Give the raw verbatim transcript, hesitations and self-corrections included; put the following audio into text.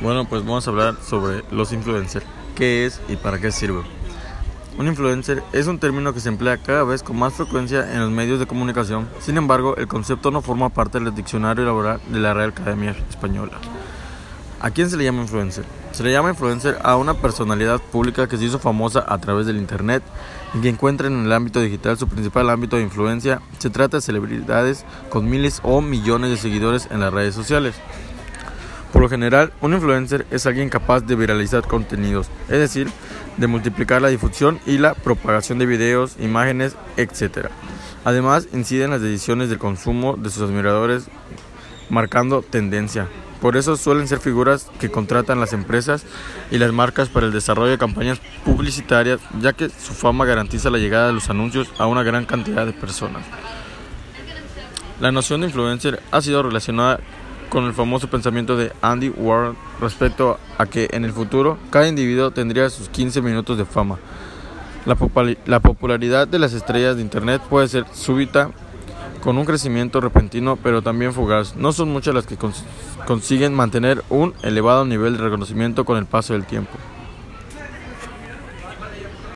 Bueno, pues vamos a hablar sobre los influencers. ¿Qué es y para qué sirve? Un influencer es un término que se emplea cada vez con más frecuencia en los medios de comunicación. Sin embargo, el concepto no forma parte del diccionario laboral de la Real Academia Española. ¿A quién se le llama influencer? Se le llama influencer a una personalidad pública que se hizo famosa a través del internet y que encuentra en el ámbito digital su principal ámbito de influencia. Se trata de celebridades con miles o millones de seguidores en las redes sociales. Por lo general, un influencer es alguien capaz de viralizar contenidos, es decir, de multiplicar la difusión y la propagación de videos, imágenes, etcétera. Además, incide en las decisiones del consumo de sus admiradores, marcando tendencia. Por eso suelen ser figuras que contratan las empresas y las marcas para el desarrollo de campañas publicitarias, ya que su fama garantiza la llegada de los anuncios a una gran cantidad de personas. La noción de influencer ha sido relacionada con el famoso pensamiento de Andy Warhol respecto a que en el futuro cada individuo tendría sus quince minutos de fama. La, popul- la popularidad de las estrellas de internet puede ser súbita, con un crecimiento repentino, pero también fugaz. No son muchas las que cons- consiguen mantener un elevado nivel de reconocimiento con el paso del tiempo.